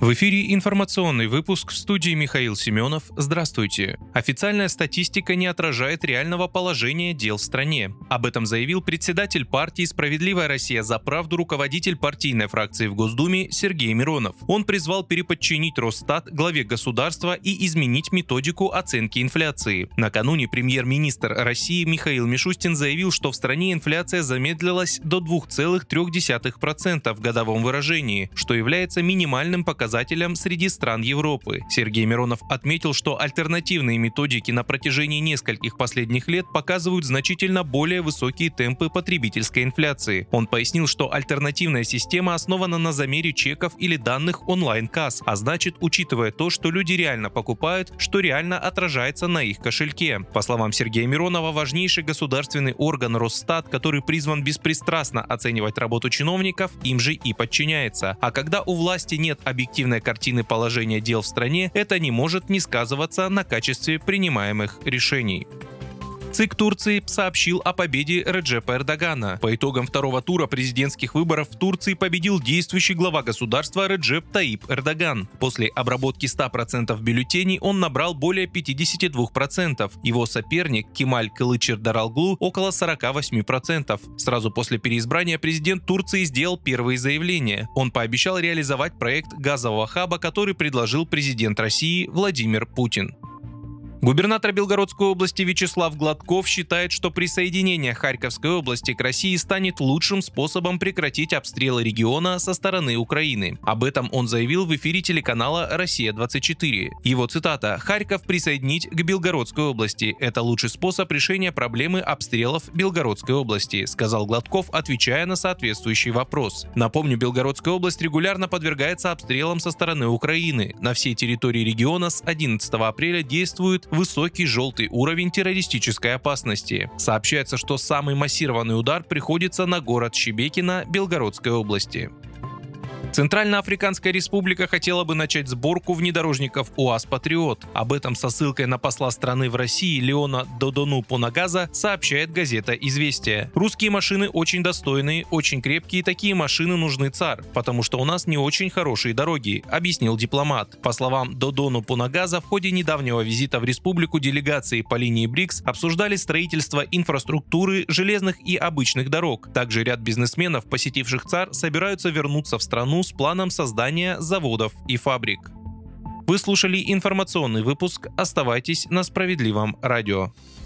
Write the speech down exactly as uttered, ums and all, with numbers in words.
В эфире информационный выпуск, в студии Михаил Семенов. Здравствуйте. Официальная статистика не отражает реального положения дел в стране. Об этом заявил председатель партии «Справедливая Россия за правду», руководитель партийной фракции в Госдуме Сергей Миронов. Он призвал переподчинить Росстат главе государства и изменить методику оценки инфляции. Накануне премьер-министр России Михаил Мишустин заявил, что в стране инфляция замедлилась до двух целых трёх десятых процента в годовом выражении, что является минимальным показателем среди стран Европы. Сергей Миронов отметил, что альтернативные методики на протяжении нескольких последних лет показывают значительно более высокие темпы потребительской инфляции. Он пояснил, что альтернативная система основана на замере чеков или данных онлайн-касс, а значит, учитывая то, что люди реально покупают, что реально отражается на их кошельке. По словам Сергея Миронова, важнейший государственный орган Росстат, который призван беспристрастно оценивать работу чиновников, им же и подчиняется. А когда у власти нет объективной картины положения дел в стране, это не может не сказываться на качестве принимаемых решений. ЦИК Турции сообщил о победе Реджепа Эрдогана. По итогам второго тура президентских выборов в Турции победил действующий глава государства Реджеп Таип Эрдоган. После обработки ста процентов бюллетеней он набрал более пятидесяти двух процентов. Его соперник Кемаль Кылычдароглу около сорока восьми процентов. Сразу после переизбрания президент Турции сделал первые заявления. Он пообещал реализовать проект газового хаба, который предложил президент России Владимир Путин. Губернатор Белгородской области Вячеслав Гладков считает, что присоединение Харьковской области к России станет лучшим способом прекратить обстрелы региона со стороны Украины. Об этом он заявил в эфире телеканала «Россия двадцать четыре». Его цитата: «Харьков присоединить к Белгородской области – это лучший способ решения проблемы обстрелов Белгородской области», сказал Гладков, отвечая на соответствующий вопрос. Напомню, Белгородская область регулярно подвергается обстрелам со стороны Украины. На всей территории региона с одиннадцатого апреля действует высокий желтый уровень террористической опасности. Сообщается, что самый массированный удар приходится на город Шебекино Белгородской области. Центральноафриканская республика хотела бы начать сборку внедорожников УАЗ «Патриот». Об этом со ссылкой на посла страны в России Леона Додону Понагаза сообщает газета «Известия». Русские машины очень достойные, очень крепкие, такие машины нужны ЦАР, потому что у нас не очень хорошие дороги, объяснил дипломат. По словам Додону Понагаза, в ходе недавнего визита в республику делегации по линии БРИКС обсуждали строительство инфраструктуры железных и обычных дорог. Также ряд бизнесменов, посетивших ЦАР, собираются вернуться в страну с планом создания заводов и фабрик. Вы слушали информационный выпуск. Оставайтесь на Справедливом радио.